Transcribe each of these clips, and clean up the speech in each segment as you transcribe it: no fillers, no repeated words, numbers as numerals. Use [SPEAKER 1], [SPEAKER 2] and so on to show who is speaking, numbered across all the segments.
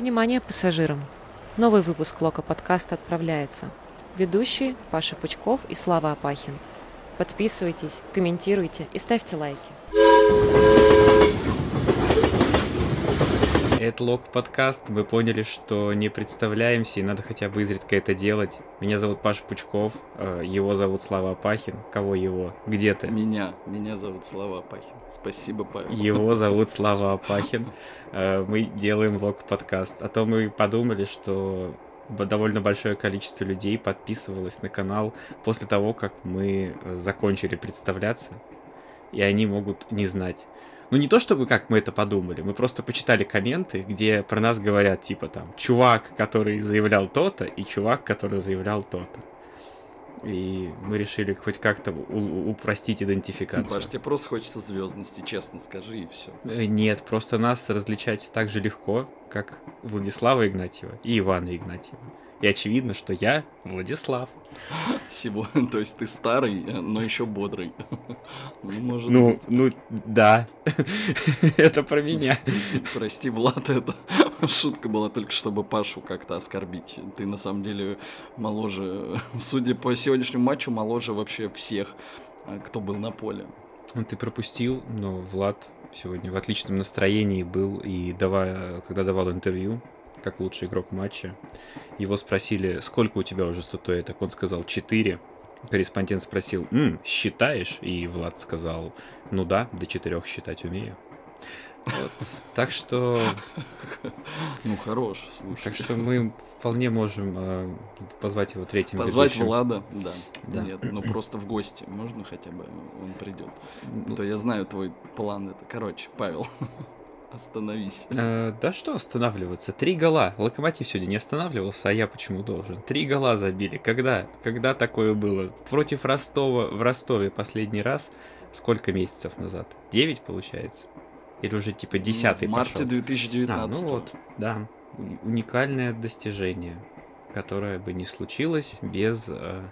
[SPEAKER 1] Внимание пассажирам! Новый выпуск Лока-подкаста отправляется. Ведущие Паша Пучков и Слава Опахин. Подписывайтесь, комментируйте и ставьте лайки.
[SPEAKER 2] Это Лок-подкаст. Мы поняли, что не представляемся, и надо хотя бы изредка это делать. Меня зовут Паша Пучков, его зовут Слава Опахин. Кого его? Где ты?
[SPEAKER 3] Меня зовут Слава Опахин. Спасибо, Павел.
[SPEAKER 2] Его зовут Слава Опахин. Мы делаем Лок-подкаст. А то мы подумали, что довольно большое количество людей подписывалось на канал после того, как мы закончили представляться, и они могут не знать. Ну, не то чтобы как мы это подумали, мы просто почитали комменты, где про нас говорят, типа там, чувак, который заявлял то-то, и чувак, который заявлял то-то. И мы решили хоть как-то упростить идентификацию.
[SPEAKER 3] Паш, тебе просто хочется звездности, честно скажи, и все.
[SPEAKER 2] Нет, просто нас различать так же легко, как Владислава Игнатьева и Ивана Игнатьева. И очевидно, что я Владислав.
[SPEAKER 3] То есть ты старый, но еще бодрый. Может быть.
[SPEAKER 2] Да. Это про меня.
[SPEAKER 3] Прости, Влад, это шутка была только, чтобы Пашу как-то оскорбить. Ты на самом деле моложе, судя по сегодняшнему матчу, моложе вообще всех, кто был на поле.
[SPEAKER 2] Ты пропустил, но Влад сегодня в отличном настроении был, и когда давал интервью, как лучший игрок матча, его спросили, сколько у тебя уже статуэток, он сказал 4. Корреспондент спросил, считаешь? И Влад сказал, ну да, до 4 считать умею. Вот. Так что...
[SPEAKER 3] Ну, хорош, слушай.
[SPEAKER 2] Так что мы вполне можем позвать его третьим
[SPEAKER 3] позвать
[SPEAKER 2] ведущим.
[SPEAKER 3] Влада, да.
[SPEAKER 2] Да.
[SPEAKER 3] Нет, просто в гости. Можно хотя бы он придет? То я знаю твой план. Это, короче, Павел, остановись.
[SPEAKER 2] Да что останавливаться? 3 гола. Локомотив сегодня не останавливался, а я почему должен? 3 гола забили. Когда такое было? Против Ростова в Ростове последний раз сколько месяцев назад? 9, получается? Или уже типа 10-й
[SPEAKER 3] в марте
[SPEAKER 2] пошел?
[SPEAKER 3] 2019.
[SPEAKER 2] Ну вот, да. Уникальное достижение, которое бы не случилось без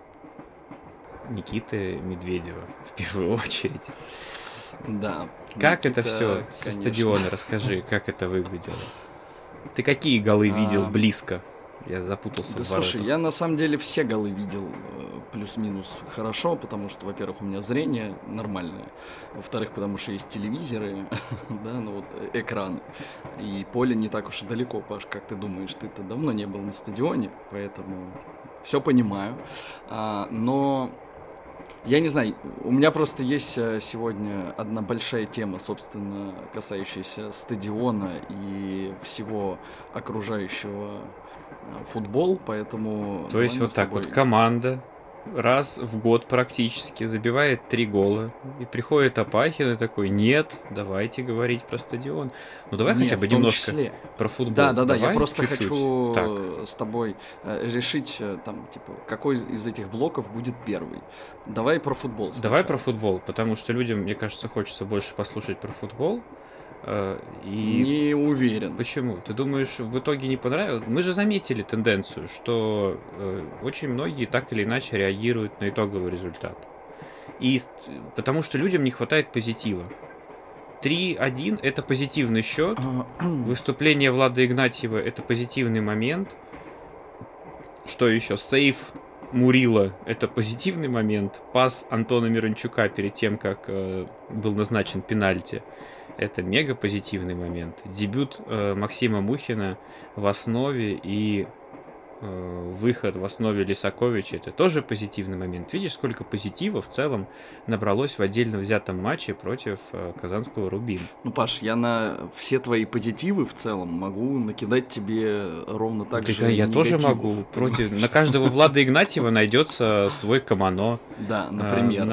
[SPEAKER 2] Никиты Медведева, в первую очередь.
[SPEAKER 3] Да.
[SPEAKER 2] Как это все со стадиона? Расскажи, как это выглядело. Ты какие голы видел близко? Я запутался в воротах.
[SPEAKER 3] Слушай, я на самом деле все голы видел плюс-минус хорошо, потому что, во-первых, у меня зрение нормальное, во-вторых, потому что есть телевизоры, да, экраны, и поле не так уж и далеко, Паш, как ты думаешь, ты-то давно не был на стадионе, поэтому все понимаю, но... Я не знаю, у меня просто есть сегодня одна большая тема, собственно, касающаяся стадиона и всего окружающего футбол, поэтому...
[SPEAKER 2] То есть вот так вот команда раз в год практически забивает 3 гола, и приходит Опахин и такой, нет, давайте говорить про стадион. Ну давай хотя бы немножко про футбол.
[SPEAKER 3] Да, я просто
[SPEAKER 2] чуть-чуть.
[SPEAKER 3] хочу
[SPEAKER 2] Так.
[SPEAKER 3] с тобой решить, там, типа, какой из этих блоков будет первый. Давай про футбол сначала.
[SPEAKER 2] Давай про футбол, потому что людям, мне кажется, хочется больше послушать про футбол. И...
[SPEAKER 3] Не уверен.
[SPEAKER 2] Почему? Ты думаешь, в итоге не понравилось? Мы же заметили тенденцию, что очень многие так или иначе реагируют на итоговый результат. И потому что людям не хватает позитива. 3-1 – это позитивный счет. Выступление Влада Игнатьева – это позитивный момент. Что еще? Сейф Мурила – это позитивный момент. Пас Антона Миранчука перед тем, как был назначен пенальти – это мега позитивный момент. Дебют Максима Мухина в основе и выход в основе Лисаковича – это тоже позитивный момент. Видишь, сколько позитива в целом набралось в отдельно взятом матче против казанского Рубин.
[SPEAKER 3] Ну, Паш, я на все твои позитивы в целом могу накидать тебе ровно так же
[SPEAKER 2] я
[SPEAKER 3] негативов.
[SPEAKER 2] Тоже могу. На каждого Влада Игнатьева найдется свой Камано.
[SPEAKER 3] Да, например.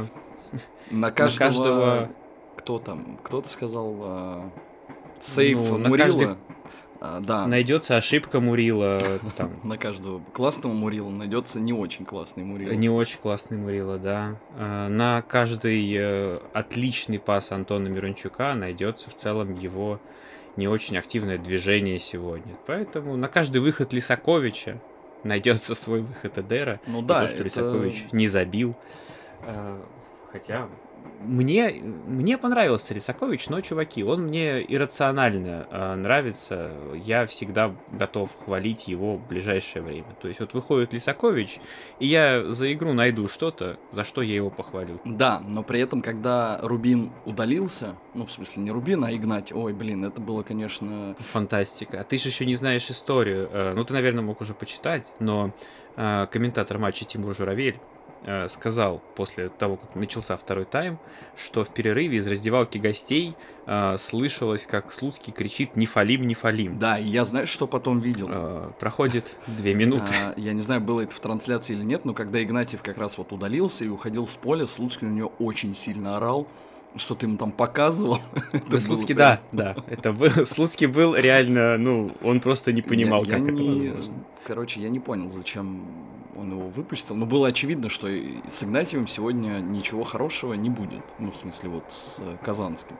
[SPEAKER 3] На каждого... Кто там? Кто-то сказал сейф Мурила. Да.
[SPEAKER 2] Найдется ошибка Мурила.
[SPEAKER 3] На каждого классного Мурила найдется не очень классный Мурила.
[SPEAKER 2] Не очень классный Мурила, да. На каждый отличный пас Антона Миранчука найдется в целом его не очень активное движение сегодня. Поэтому на каждый выход Лисаковича найдется свой выход Эдера.
[SPEAKER 3] Ну да,
[SPEAKER 2] то, что Лисакович не забил. Хотя мне понравился Лисакович, но, чуваки, он мне иррационально нравится. Я всегда готов хвалить его в ближайшее время. То есть вот выходит Лисакович, и я за игру найду что-то, за что я его похвалю.
[SPEAKER 3] Да, но при этом, когда Рубин удалился, ну, в смысле, не Рубин, а Игнатий, ой, блин, это было, конечно...
[SPEAKER 2] Фантастика. А ты же еще не знаешь историю. Ну, ты, наверное, мог уже почитать, но комментатор матча Тимур Журавель сказал после того, как начался второй тайм, что в перерыве из раздевалки гостей слышалось, как Слуцкий кричит «Не фалим, не фалим».
[SPEAKER 3] Да, и я, знаешь, что потом видел?
[SPEAKER 2] Проходит 2 минуты.
[SPEAKER 3] Я не знаю, было это в трансляции или нет, но когда Игнатьев как раз вот удалился и уходил с поля, Слуцкий на него очень сильно орал, что-то ему там показывал.
[SPEAKER 2] Да, Слуцкий, да. Это был, Слуцкий был реально, ну, он просто не понимал, как это возможно.
[SPEAKER 3] Короче, я не понял, зачем он его выпустил. Но было очевидно, что с Игнатьевым сегодня ничего хорошего не будет. Ну, в смысле, вот с Казанским.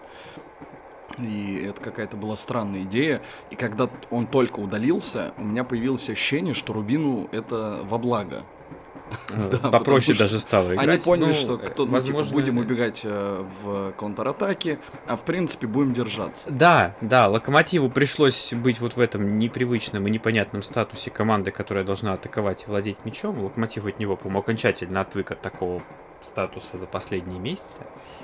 [SPEAKER 3] И это какая-то была странная идея. И когда он только удалился, у меня появилось ощущение, что Рубину это во благо.
[SPEAKER 2] Попроще даже стало играть.
[SPEAKER 3] Они поняли, что возможно, будем убегать в контратаке, а в принципе будем держаться.
[SPEAKER 2] Да, Локомотиву пришлось быть вот в этом непривычном и непонятном статусе команды, которая должна атаковать и владеть мячом. Локомотив от него, по-моему, окончательно отвык от такого статуса за последние месяцы.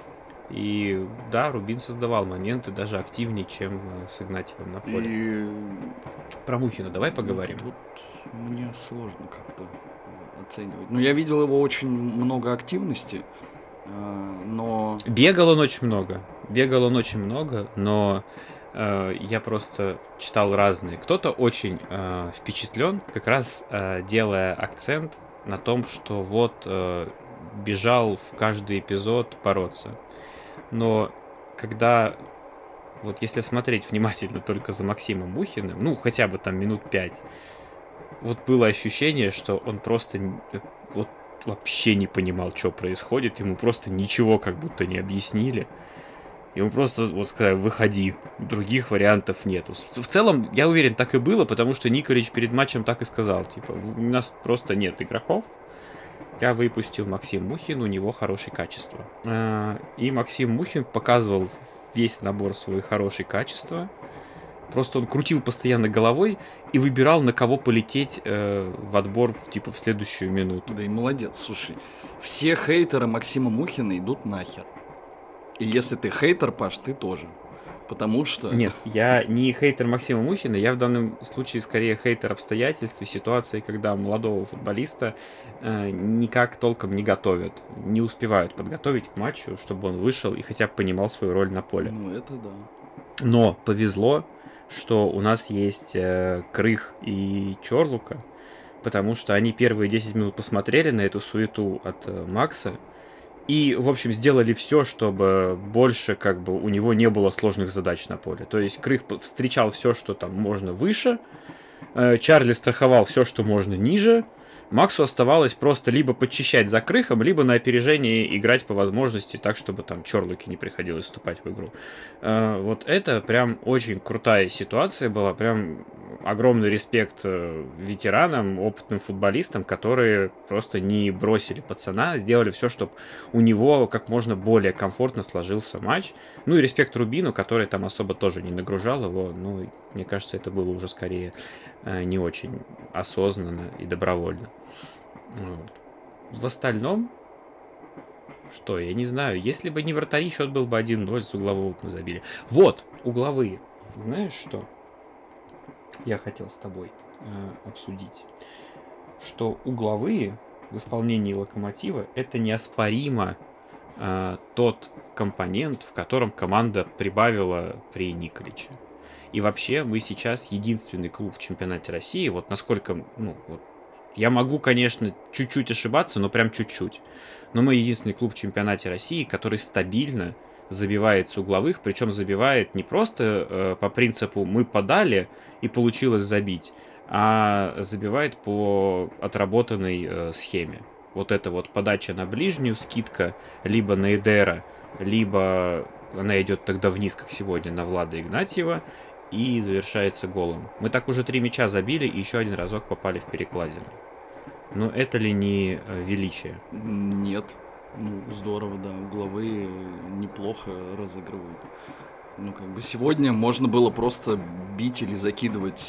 [SPEAKER 2] И да, Рубин создавал моменты даже активнее, чем с Игнатьевым на поле.
[SPEAKER 3] И...
[SPEAKER 2] Про Мухина давай поговорим.
[SPEAKER 3] Тут мне сложно как-то оценивать. Ну, я видел его очень много активности, но...
[SPEAKER 2] Бегал он очень много, но я просто читал разные. Кто-то очень впечатлен, как раз делая акцент на том, что вот бежал в каждый эпизод бороться. Но когда, вот если смотреть внимательно только за Максимом Мухиным, ну, хотя бы там минут 5, вот было ощущение, что он просто вот вообще не понимал, что происходит, ему просто ничего как будто не объяснили. Ему просто вот сказали, выходи, других вариантов нету. В целом, я уверен, так и было, потому что Николич перед матчем так и сказал, типа, у нас просто нет игроков. Я выпустил Максим Мухин, у него хорошие качества. И Максим Мухин показывал весь набор своих хороших качества. Просто он крутил постоянно головой и выбирал, на кого полететь в отбор, типа, в следующую минуту.
[SPEAKER 3] Да и молодец, слушай. Все хейтеры Максима Мухина идут нахер. И если ты хейтер, Паш, ты тоже. Потому что...
[SPEAKER 2] Нет, я не хейтер Максима Мухина, я в данном случае скорее хейтер обстоятельств и ситуации, когда молодого футболиста никак толком не готовят, не успевают подготовить к матчу, чтобы он вышел и хотя бы понимал свою роль на поле.
[SPEAKER 3] Ну, это да.
[SPEAKER 2] Но повезло, что у нас есть Крых и Чорлука, потому что они первые 10 минут посмотрели на эту суету от Макса, и, в общем, сделали все, чтобы больше, как бы, у него не было сложных задач на поле. То есть Крых встречал все, что там можно выше, Чарли страховал все, что можно ниже. Максу оставалось просто либо подчищать за Крыхом, либо на опережение играть по возможности так, чтобы там Чорлуке не приходилось вступать в игру. Вот это прям очень крутая ситуация была, прям огромный респект ветеранам, опытным футболистам, которые просто не бросили пацана, сделали все, чтобы у него как можно более комфортно сложился матч. Ну и респект Рубину, который там особо тоже не нагружал его. Ну, мне кажется, это было уже скорее не очень осознанно и добровольно. Вот. В остальном, что, я не знаю, если бы не вратари, счет был бы 1-0, с углового мы забили. Вот, угловые. Знаешь что? Я хотел с тобой обсудить, что угловые в исполнении Локомотива это неоспоримо тот компонент, в котором команда прибавила при Николиче. И вообще мы сейчас единственный клуб в чемпионате России, вот насколько, ну, вот, я могу, конечно, чуть-чуть ошибаться, но прям чуть-чуть. Но мы единственный клуб в чемпионате России, который стабильно забивает с угловых, причем забивает не просто по принципу «мы подали и получилось забить», а забивает по отработанной схеме. Вот это вот подача на ближнюю, скидка либо на Эдера, либо она идет тогда вниз, как сегодня, на Влада Игнатьева, и завершается голом. Мы так уже 3 мяча забили и еще один разок попали в перекладину. Но это ли не величие?
[SPEAKER 3] Нет. Ну, здорово, да, угловые неплохо разыгрывают. Ну, как бы сегодня можно было просто бить или закидывать.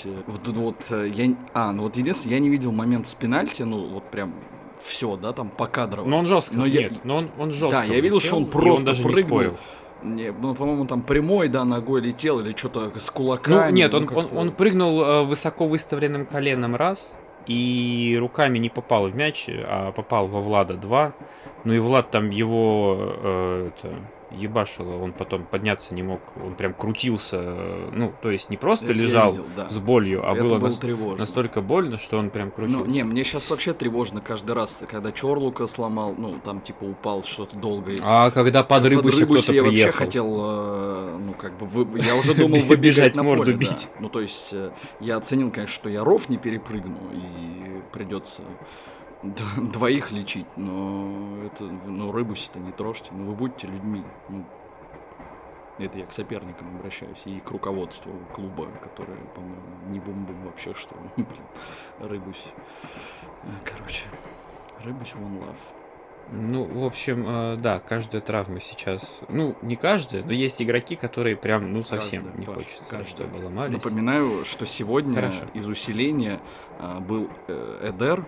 [SPEAKER 3] Ну вот единственное, я не видел момент с пенальти, ну, вот прям все, да, там покадрово.
[SPEAKER 2] Но он жестко,
[SPEAKER 3] Но
[SPEAKER 2] он жестко
[SPEAKER 3] да, я видел, что он
[SPEAKER 2] влетел, и
[SPEAKER 3] просто
[SPEAKER 2] даже не
[SPEAKER 3] прыгнул.
[SPEAKER 2] спорил.
[SPEAKER 3] Ну, по-моему, там прямой, да, ногой летел или что-то с
[SPEAKER 2] Ну,
[SPEAKER 3] кулаками.
[SPEAKER 2] нет,
[SPEAKER 3] ну,
[SPEAKER 2] он прыгнул высоко выставленным коленом раз, и руками не попал в мяч, а попал во Влада 2. Ну и Влад там его ебашило, он потом подняться не мог, он прям крутился, ну, то есть не просто
[SPEAKER 3] Это я
[SPEAKER 2] лежал
[SPEAKER 3] видел, да.
[SPEAKER 2] с болью, а
[SPEAKER 3] Это
[SPEAKER 2] было
[SPEAKER 3] было тревожно.
[SPEAKER 2] настолько больно, что он прям крутился.
[SPEAKER 3] Ну, не, мне сейчас вообще тревожно каждый раз, когда Чорлука сломал, ну, там, типа, упал что-то долго.
[SPEAKER 2] А когда под Рыбуси кто-то
[SPEAKER 3] я
[SPEAKER 2] приехал.
[SPEAKER 3] вообще хотел, ну, как бы, я уже думал выбежать
[SPEAKER 2] Бежать,
[SPEAKER 3] на
[SPEAKER 2] морду
[SPEAKER 3] поле, да.
[SPEAKER 2] бить.
[SPEAKER 3] Ну, то есть, я оценил, конечно, что я ров не перепрыгну, и придется двоих лечить, но это, ну, Рыбуси-то не трожьте, ну, вы будьте людьми, ну, это я к соперникам обращаюсь и к руководству клуба, которое, по-моему, не бум-бум вообще, что, блин, Рыбусь. Короче, Рыбусь one love.
[SPEAKER 2] Ну, в общем, да, каждая травма сейчас... Ну, не каждая, но есть игроки, которые прям, ну, совсем
[SPEAKER 3] Каждая,
[SPEAKER 2] не
[SPEAKER 3] Паш,
[SPEAKER 2] хочется,
[SPEAKER 3] каждая.
[SPEAKER 2] чтобы ломались.
[SPEAKER 3] Напоминаю, что сегодня
[SPEAKER 2] Хорошо.
[SPEAKER 3] из усиления был Эдер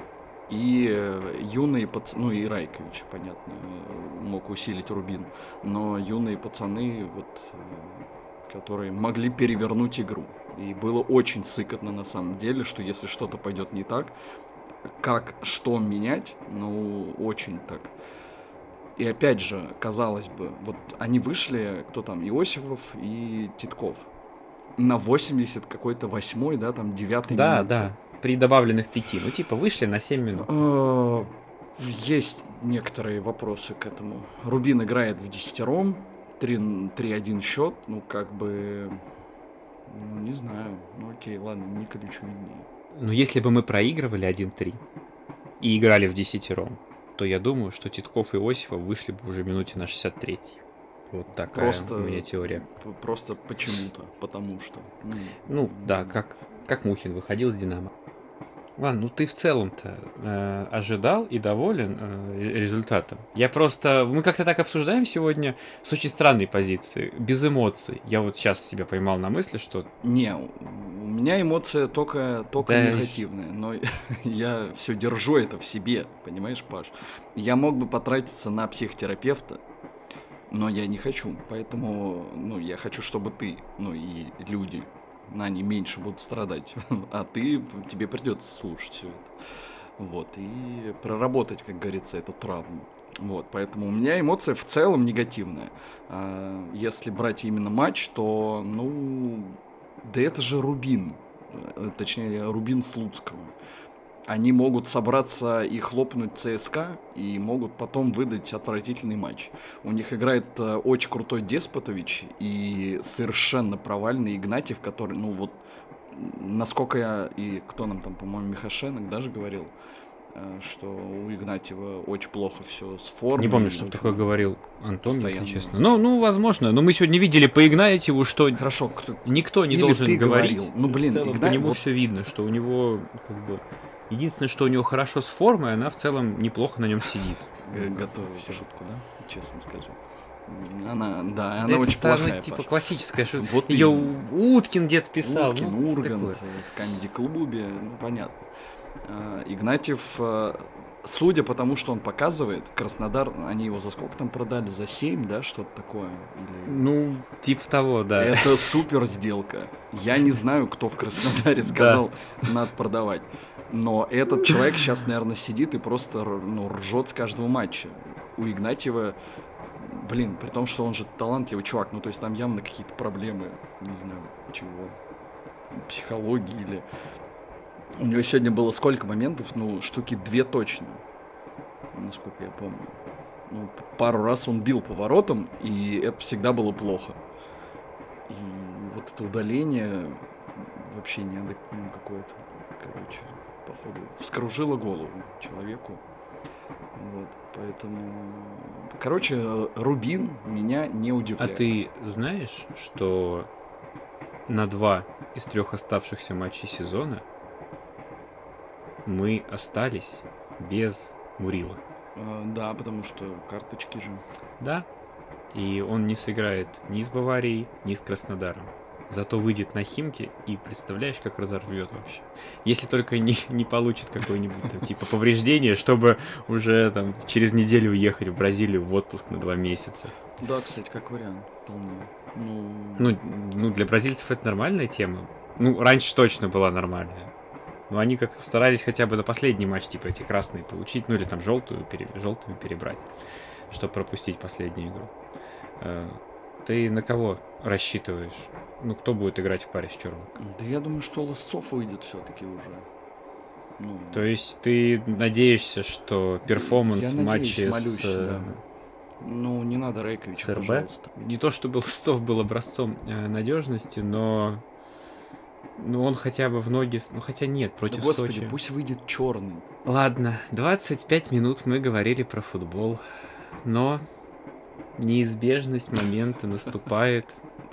[SPEAKER 3] и юные пацаны, ну и Райкович, понятно, мог усилить Рубин, но юные пацаны, вот, которые могли перевернуть игру. И было очень сыкотно на самом деле, что если что-то пойдет не так, как что менять, ну, очень так. И опять же, казалось бы, вот они вышли, кто там, Иосифов и Титков, на 80 какой-то 8-й, да, там 9-й
[SPEAKER 2] Да,
[SPEAKER 3] минуте.
[SPEAKER 2] да, при добавленных 5. Ну, типа, вышли на 7 минут.
[SPEAKER 3] Есть некоторые вопросы к этому. Рубин играет в десятером, 3-1 счет, ну, как бы, ну, не знаю, ну, окей, ладно, Николичу виднее.
[SPEAKER 2] Но если бы мы проигрывали 1-3 и играли в десятером, то я думаю, что Титков и Иосифов вышли бы уже в минуте на 63. Вот такая
[SPEAKER 3] Просто,
[SPEAKER 2] у меня теория.
[SPEAKER 3] Просто почему-то, потому что.
[SPEAKER 2] Ну, да, как Мухин выходил с Динамо. Ладно, ну ты в целом-то ожидал и доволен результатом. Я просто... Мы как-то так обсуждаем сегодня с очень странной позиции, без эмоций. Я вот сейчас себя поймал на мысли, что...
[SPEAKER 3] Не, у меня эмоция только
[SPEAKER 2] Да.
[SPEAKER 3] негативная, но я все держу это в себе, понимаешь, Паш? Я мог бы потратиться на психотерапевта, но я не хочу, поэтому, ну, я хочу, чтобы ты, ну, и люди, они меньше будут страдать, а тебе придется слушать все это, вот, и проработать, как говорится, эту травму. Вот, поэтому у меня эмоция в целом негативная. Если брать именно матч, то, ну, да это же Рубин, точнее, Рубин Слуцкого. Они могут собраться и хлопнуть ЦСКА, и могут потом выдать отвратительный матч. У них играет очень крутой Деспотович и совершенно провальный Игнатьев, который, ну вот, насколько я, и кто нам там, по-моему, Михашенок даже говорил, что у Игнатьева очень плохо все с формой.
[SPEAKER 2] Не помню, что такое говорил Антон,
[SPEAKER 3] постоянно.
[SPEAKER 2] если честно. Ну, возможно. Но мы сегодня видели по Игнатьеву, что
[SPEAKER 3] Хорошо,
[SPEAKER 2] никто не
[SPEAKER 3] или
[SPEAKER 2] должен
[SPEAKER 3] ты
[SPEAKER 2] говорить.
[SPEAKER 3] говорил. Ну, блин,
[SPEAKER 2] в целом, по
[SPEAKER 3] Игнатьев,
[SPEAKER 2] нему
[SPEAKER 3] вот-
[SPEAKER 2] все видно, что у него как бы... Единственное, что у него хорошо с формой, она в целом неплохо на нем сидит.
[SPEAKER 3] Готовил
[SPEAKER 2] Всё.
[SPEAKER 3] шутку, да? Честно скажу. Она, да,
[SPEAKER 2] Да
[SPEAKER 3] она
[SPEAKER 2] это
[SPEAKER 3] очень
[SPEAKER 2] старая,
[SPEAKER 3] плохая,
[SPEAKER 2] типа
[SPEAKER 3] Паш.
[SPEAKER 2] классическая шутка.
[SPEAKER 3] Вот
[SPEAKER 2] Ее
[SPEAKER 3] именно.
[SPEAKER 2] Уткин дед писал.
[SPEAKER 3] Уткин,
[SPEAKER 2] ну,
[SPEAKER 3] Ургант
[SPEAKER 2] такое.
[SPEAKER 3] в комеди-клубе, ну, понятно. Игнатьев, судя по тому, что он показывает, Краснодар, они его за сколько там продали? За 7, да, что-то такое? Или-
[SPEAKER 2] Ну, типа того, да.
[SPEAKER 3] Это супер сделка. Я не знаю, кто в Краснодаре сказал, надо продавать. Но этот человек сейчас, наверное, сидит и просто ну, ржет с каждого матча. У Игнатьева, блин, при том, что он же талантливый чувак, ну то есть там явно какие-то проблемы, не знаю, чего, психологии или... У него сегодня было сколько моментов? Ну, штуки 2 точно, насколько я помню. Ну, пару раз он бил по воротам, и это всегда было плохо. И вот это удаление вообще неадекватное какое-то, короче, походу, вскружило голову человеку. Вот, поэтому... Короче, Рубин меня не
[SPEAKER 2] А
[SPEAKER 3] удивляет.
[SPEAKER 2] ты знаешь, что на 2 из 3 оставшихся матчей сезона мы остались без Мурила?
[SPEAKER 3] Да, потому что карточки же.
[SPEAKER 2] Да. И он не сыграет ни с Баварией, ни с Краснодаром. Зато выйдет на Химки и представляешь, как разорвет вообще. Если только не получит какое-нибудь там, типа повреждение, чтобы уже там через неделю уехать в Бразилию в отпуск на 2 месяца.
[SPEAKER 3] Да, кстати, как вариант, вполне.
[SPEAKER 2] Ну, для бразильцев это нормальная тема. Ну, раньше точно была нормальная. Но они как старались хотя бы на последний матч, типа, эти красные получить, ну или там желтыми перебрать, чтобы пропустить последнюю игру. Ты на кого рассчитываешь? Ну, кто будет играть в паре с Чорлоком?
[SPEAKER 3] Да я думаю, что Лосцов выйдет все-таки уже. Ну,
[SPEAKER 2] То есть ты надеешься, что перформанс
[SPEAKER 3] я
[SPEAKER 2] в
[SPEAKER 3] надеюсь,
[SPEAKER 2] матче
[SPEAKER 3] молюсь,
[SPEAKER 2] с
[SPEAKER 3] да. Ну, не надо Рейковича,
[SPEAKER 2] РБ?
[SPEAKER 3] пожалуйста.
[SPEAKER 2] Не то чтобы Лосцов был образцом надежности, но он хотя бы в ноги... Ну, хотя нет,
[SPEAKER 3] Да
[SPEAKER 2] против
[SPEAKER 3] господи,
[SPEAKER 2] Сочи.
[SPEAKER 3] пусть выйдет черный.
[SPEAKER 2] Ладно, 25 минут мы говорили про футбол, но неизбежность момента наступает.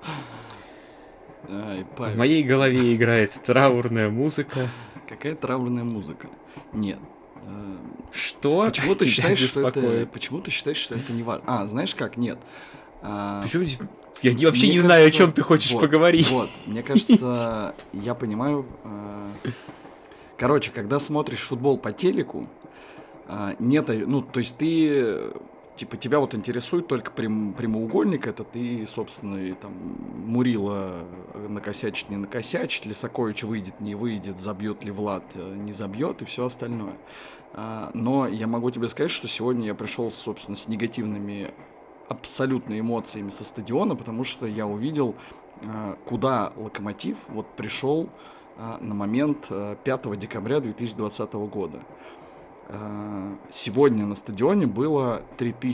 [SPEAKER 3] Ай,
[SPEAKER 2] В
[SPEAKER 3] Павел,
[SPEAKER 2] моей голове играет траурная музыка.
[SPEAKER 3] какая траурная музыка. Нет.
[SPEAKER 2] Что
[SPEAKER 3] Почему ты
[SPEAKER 2] тебя
[SPEAKER 3] считаешь, что это...
[SPEAKER 2] беспокоит?
[SPEAKER 3] Почему ты считаешь, что это не важно? знаешь как? Нет.
[SPEAKER 2] Почему? Я вообще
[SPEAKER 3] Мне
[SPEAKER 2] не знаю, о
[SPEAKER 3] кажется,
[SPEAKER 2] чем ты хочешь
[SPEAKER 3] вот,
[SPEAKER 2] поговорить.
[SPEAKER 3] Вот, мне кажется, я понимаю. Короче, когда смотришь футбол по телеку, нет, ну, то есть ты, типа, тебя вот интересует только прямоугольник, это ты, собственно, и там Мурила накосячит, не накосячит, Лисакович выйдет, не выйдет, забьет ли Влад, не забьет и все остальное. Но я могу тебе сказать, что сегодня я пришел, собственно, с негативными абсолютно эмоциями со стадиона, потому что я увидел, куда Локомотив вот пришел на момент 5 декабря 2020 года. Сегодня на стадионе было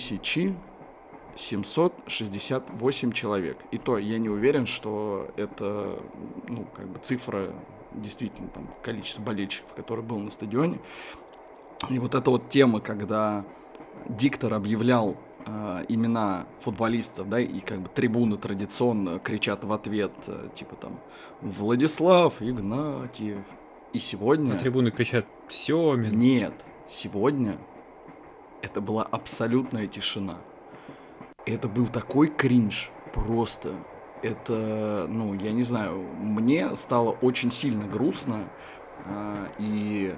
[SPEAKER 3] 3768 человек. И то я не уверен, что это, ну, как бы цифра, действительно, там, количество болельщиков, которые было на стадионе. И вот эта вот тема, когда диктор объявлял имена футболистов, да, и как бы трибуны традиционно кричат в ответ, типа там Владислав Игнатьев. И сегодня...
[SPEAKER 2] На трибуны кричат Семин.
[SPEAKER 3] Нет, сегодня это была абсолютная тишина. Это был такой кринж, просто. Это, ну, я не знаю, мне стало очень сильно грустно, и...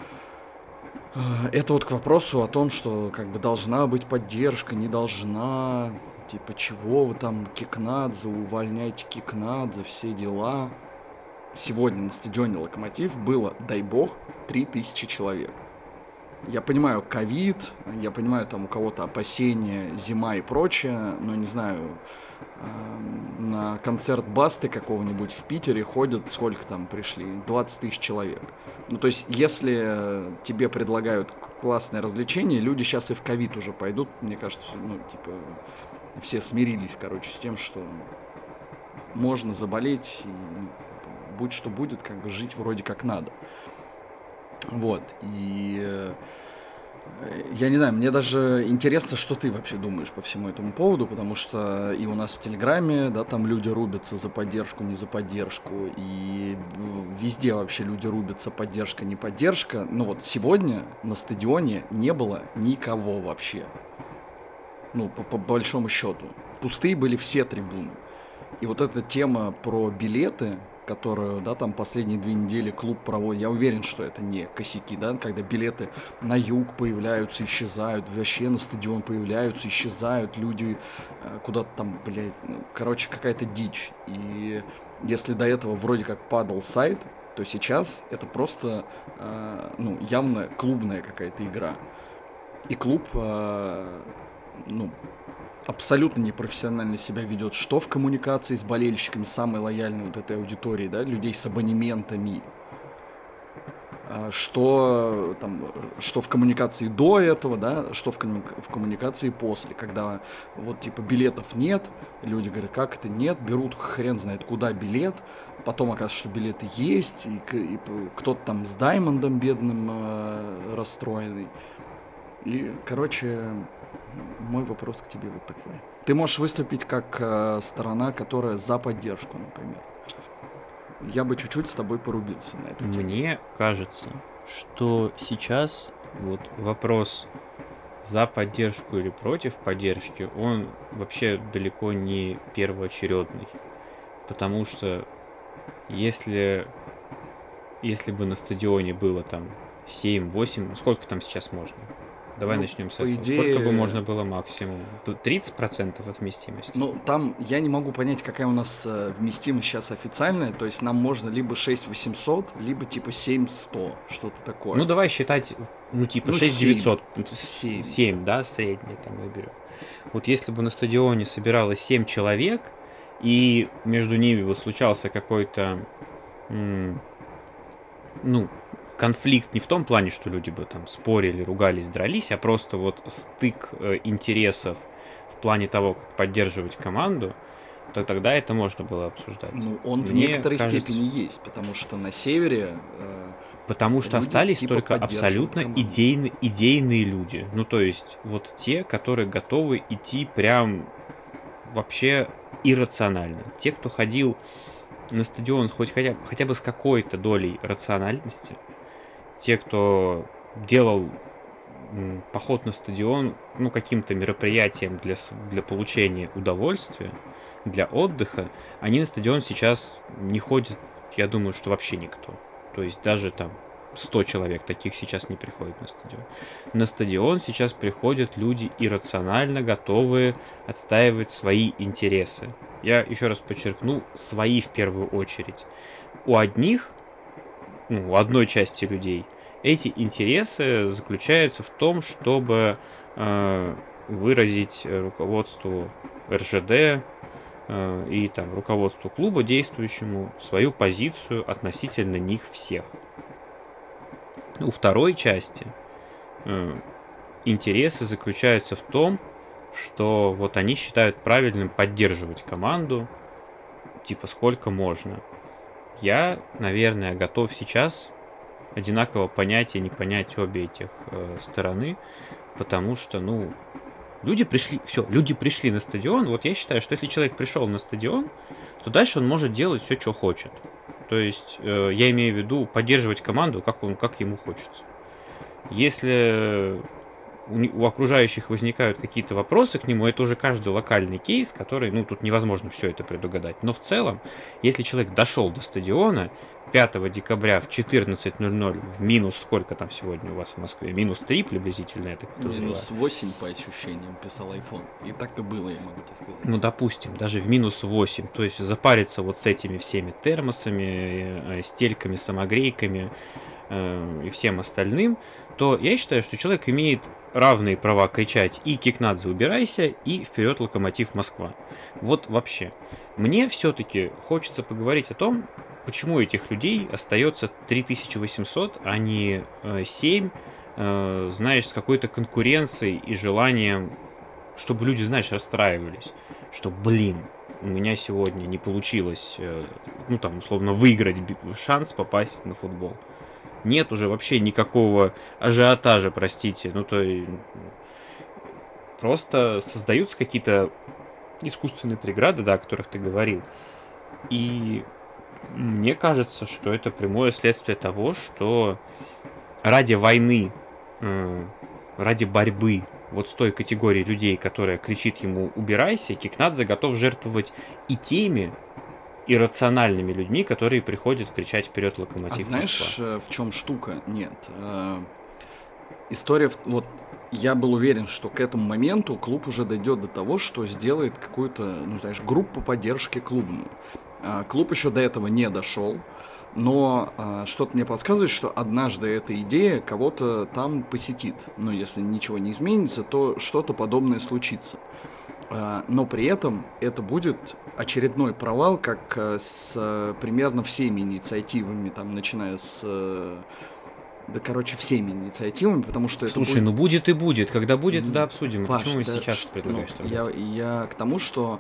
[SPEAKER 3] Это вот к вопросу о том, что как бы должна быть поддержка, не должна, типа чего вы там, Кикнадзе, увольняйте Кикнадзе, все дела. Сегодня на стадионе Локомотив было, дай бог, 3000 человек. Я понимаю ковид, я понимаю там у кого-то опасения, зима и прочее, но не знаю, на концерт Басты какого-нибудь в Питере ходят, сколько там пришли, 20 тысяч человек. Ну, то есть, если тебе предлагают классное развлечение, люди сейчас и в ковид уже пойдут, мне кажется, ну, типа, все смирились, короче, с тем, что можно заболеть, и, ну, будь что будет, как бы жить вроде как надо. Вот, и... Я не знаю, мне даже интересно, что ты вообще думаешь по всему этому поводу, потому что и у нас в Телеграме, да, там люди рубятся за поддержку, не за поддержку, и везде вообще люди рубятся, поддержка, не поддержка. Но вот сегодня на стадионе не было никого вообще. Ну, по большому счету. Пустые были все трибуны. И вот эта тема про билеты, которую, да, там последние 2 недели клуб проводит, я уверен, что это не косяки, да, когда билеты на юг появляются, исчезают, вообще на стадион появляются, исчезают, люди куда-то там, блядь, короче, какая-то дичь. И если до этого вроде как падал сайт, то сейчас это просто, ну, явно клубная какая-то игра. И клуб, ну, абсолютно непрофессионально себя ведет, что в коммуникации с болельщиками, самой лояльной вот этой аудитории, да, людей с абонементами, что там, что в коммуникации до этого, да, что в коммуникации после, когда вот типа билетов нет, люди говорят, как это нет, берут хрен знает куда билет, потом оказывается, что билеты есть, и кто-то там с Даймондом бедным расстроенный. И, короче, мой вопрос к тебе вот такой. Ты можешь выступить как сторона, которая за поддержку, например. Я бы чуть-чуть с тобой порубился на эту тему.
[SPEAKER 2] Мне кажется, что сейчас вот вопрос за поддержку или против поддержки, он вообще далеко не первоочередный. Потому что если, если бы на стадионе было там 7-8, сколько там сейчас можно? Давай
[SPEAKER 3] Ну,
[SPEAKER 2] начнем с
[SPEAKER 3] по
[SPEAKER 2] этого. Сколько бы
[SPEAKER 3] идее,
[SPEAKER 2] можно было максимум? 30% от вместимости?
[SPEAKER 3] ну, там я не могу понять, какая у нас вместимость сейчас официальная. То есть нам можно либо 6800, либо типа 7100, что-то
[SPEAKER 2] Ну,
[SPEAKER 3] такое.
[SPEAKER 2] давай считать, ну, типа
[SPEAKER 3] Ну,
[SPEAKER 2] 6900,
[SPEAKER 3] 7.
[SPEAKER 2] 7, да, средний там мы берем. Вот если бы на стадионе собиралось 7 человек, и между ними бы случался какой-то, ну, конфликт не в том плане, что люди бы там спорили, ругались, дрались, а просто вот стык интересов в плане того, как поддерживать команду, то тогда это можно было обсуждать.
[SPEAKER 3] Ну, он в
[SPEAKER 2] Мне
[SPEAKER 3] некоторой
[SPEAKER 2] кажется,
[SPEAKER 3] степени есть, потому что на севере
[SPEAKER 2] потому что
[SPEAKER 3] люди
[SPEAKER 2] остались
[SPEAKER 3] типа
[SPEAKER 2] только
[SPEAKER 3] поддерживают
[SPEAKER 2] абсолютно
[SPEAKER 3] команду.
[SPEAKER 2] идейные люди. Ну, то есть, вот те, которые готовы идти прям вообще иррационально. Те, кто ходил на стадион хотя бы с какой-то долей рациональности, те, кто делал поход на стадион, ну, каким-то мероприятием для получения удовольствия, для отдыха, они на стадион сейчас не ходят, я думаю, что вообще никто. То есть даже там 100 человек таких сейчас не приходят на стадион. На стадион сейчас приходят люди иррационально готовые отстаивать свои интересы. Я еще раз подчеркну, свои в первую очередь. У одних, ну, у одной части людей, эти интересы заключаются в том, чтобы выразить руководству РЖД и там руководству клуба действующему свою позицию относительно них всех. У второй части интересы заключаются в том, что вот они считают правильным поддерживать команду, типа сколько можно. Я, наверное, готов сейчас одинаково понять и не понять обе этих стороны, потому что, ну, люди пришли на стадион. Вот я считаю, что если человек пришел на стадион, то дальше он может делать все, что хочет. То есть я имею в виду поддерживать команду, как ему хочется. Если у окружающих возникают какие-то вопросы к нему, это уже каждый локальный кейс, который, ну, тут невозможно все это предугадать. Но в целом, если человек дошел до стадиона 5 декабря в 14:00 в минус, сколько там сегодня у вас в Москве? Минус 3 приблизительно, я так подозреваю.
[SPEAKER 3] Минус 8 по ощущениям писал iPhone. И так и было, я могу тебе сказать.
[SPEAKER 2] Ну, допустим, даже в минус 8. То есть запариться вот с этими всеми термосами, стельками, самогрейками и всем остальным, то я считаю, что человек имеет равные права кричать и «Кикнадзе, убирайся!» и «Вперед, Локомотив Москва!». Вот вообще. Мне все-таки хочется поговорить о том, почему у этих людей остается 3800, а не 7, знаешь, с какой-то конкуренцией и желанием, чтобы люди, знаешь, расстраивались. Что, блин, у меня сегодня не получилось, ну там, условно, выиграть шанс попасть на футбол. Нет уже вообще никакого ажиотажа, простите. Ну, то есть просто создаются какие-то искусственные преграды, да, о которых ты говорил. И мне кажется, что это прямое следствие того, что ради войны, ради борьбы вот с той категорией людей, которая кричит ему «убирайся», Кикнадзе готов жертвовать и теми иррациональными людьми, которые приходят кричать «Вперед, Локомотив Москва!».
[SPEAKER 3] Знаешь, в чем штука? Нет. История, вот я был уверен, что к этому моменту клуб уже дойдет до того, что сделает какую-то, ну, знаешь, группу поддержки клубную. Клуб еще до этого не дошел, но что-то мне подсказывает, что однажды эта идея кого-то там посетит. Ну, если ничего не изменится, то что-то подобное случится. Но при этом это будет очередной провал, как с примерно всеми инициативами, там, начиная с... Да, короче, всеми инициативами, потому что это
[SPEAKER 2] Слушай,
[SPEAKER 3] будет...
[SPEAKER 2] ну будет и будет. Когда будет, тогда обсудим.
[SPEAKER 3] Паш,
[SPEAKER 2] Почему мы
[SPEAKER 3] да,
[SPEAKER 2] сейчас предлагаешь трогать?
[SPEAKER 3] я к тому, что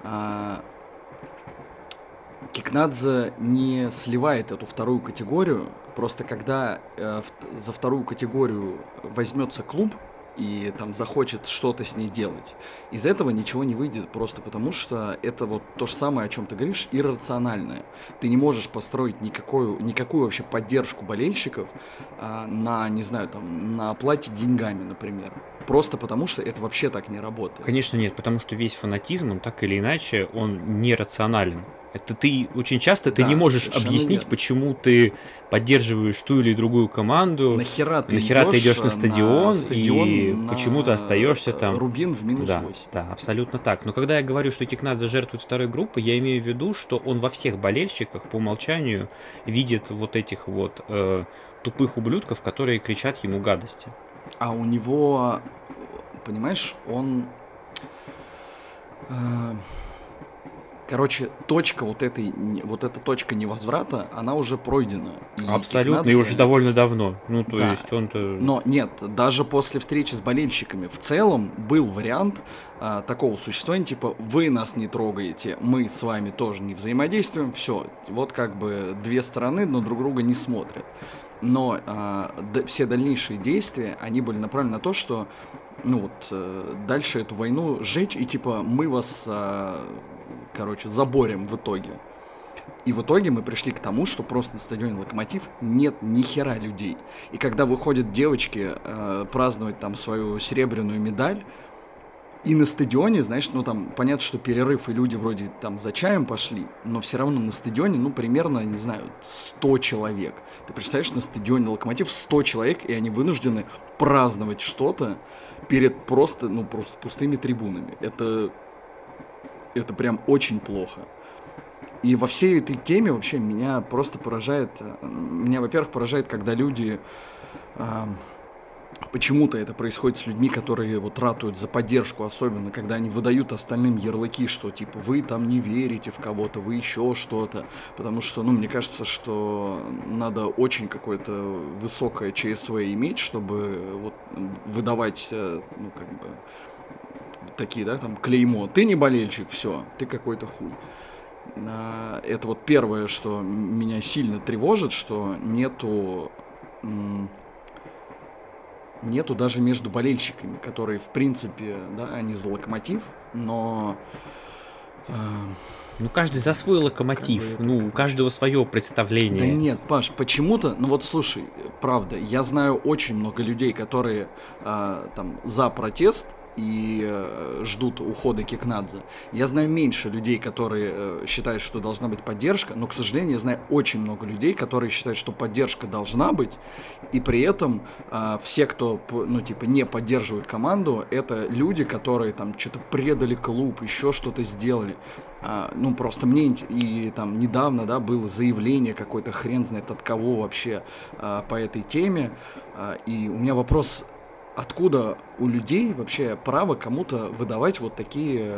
[SPEAKER 3] Кикнадзе не сливает эту вторую категорию. Просто когда за вторую категорию возьмется клуб, и там захочет что-то с ней делать. Из этого ничего не выйдет, просто потому что это вот то же самое, о чем ты говоришь, иррациональное. Ты не можешь построить никакую вообще поддержку болельщиков на, не знаю, там, на оплате деньгами, например. Просто потому что это вообще так не работает.
[SPEAKER 2] Конечно, нет, потому что весь фанатизм, он так или иначе, он нерационален. Это ты очень часто ты не можешь объяснить,
[SPEAKER 3] верно.
[SPEAKER 2] Почему ты поддерживаешь ту или другую команду.
[SPEAKER 3] Нахера ты
[SPEAKER 2] идешь на стадион, и
[SPEAKER 3] на
[SPEAKER 2] почему ты остаешься там.
[SPEAKER 3] Рубин в минус 8.
[SPEAKER 2] Да, абсолютно так. Но когда я говорю, что Кикнадзе жертвует второй группы, я имею в виду, что он во всех болельщиках по умолчанию видит вот этих вот тупых ублюдков, которые кричат ему гадости.
[SPEAKER 3] А у него, понимаешь, он... Короче, точка вот эта точка невозврата, она уже пройдена.
[SPEAKER 2] И абсолютно, и уже довольно давно. Ну, то есть он-то...
[SPEAKER 3] Но нет, даже после встречи с болельщиками в целом был вариант такого существования, типа, вы нас не трогаете, мы с вами тоже не взаимодействуем, все, вот как бы две стороны, но друг друга не смотрят. Но все дальнейшие действия, они были направлены на то, что, дальше эту войну сжечь, и типа, мы вас... заборем в итоге. И в итоге мы пришли к тому, что просто на стадионе «Локомотив» нет ни хера людей. И когда выходят девочки праздновать там свою серебряную медаль, и на стадионе, знаешь, там понятно, что перерыв, и люди вроде там за чаем пошли, но все равно на стадионе, примерно, не знаю, 100 человек. Ты представляешь, на стадионе «Локомотив» 100 человек, и они вынуждены праздновать что-то перед просто пустыми трибунами. Это прям очень плохо. И во всей этой теме вообще меня просто поражает... Меня, во-первых, поражает, когда люди... Почему-то это происходит с людьми, которые вот ратуют за поддержку, особенно когда они выдают остальным ярлыки, что типа вы там не верите в кого-то, вы еще что-то. Потому что, мне кажется, что надо очень какое-то высокое ЧСВ иметь, чтобы вот выдавать, такие, да, там, клеймо. Ты не болельщик, все, ты какой-то хуй. Это вот первое, что меня сильно тревожит, что нету даже между болельщиками, которые, в принципе, да, они за «Локомотив», но...
[SPEAKER 2] каждый за свой «Локомотив», у каждого свое представление.
[SPEAKER 3] Да нет, Паш, почему-то, слушай, правда, я знаю очень много людей, которые там за протест и ждут ухода Кикнадзе. Я знаю меньше людей, которые считают, что должна быть поддержка, но, к сожалению, я знаю очень много людей, которые считают, что поддержка должна быть, и при этом все, кто, не поддерживают команду, это люди, которые там что-то предали клуб, еще что-то сделали. Просто мне и там недавно, да, было заявление какое-то, хрен знает от кого вообще по этой теме, и у меня вопрос: откуда у людей вообще право кому-то выдавать вот такие,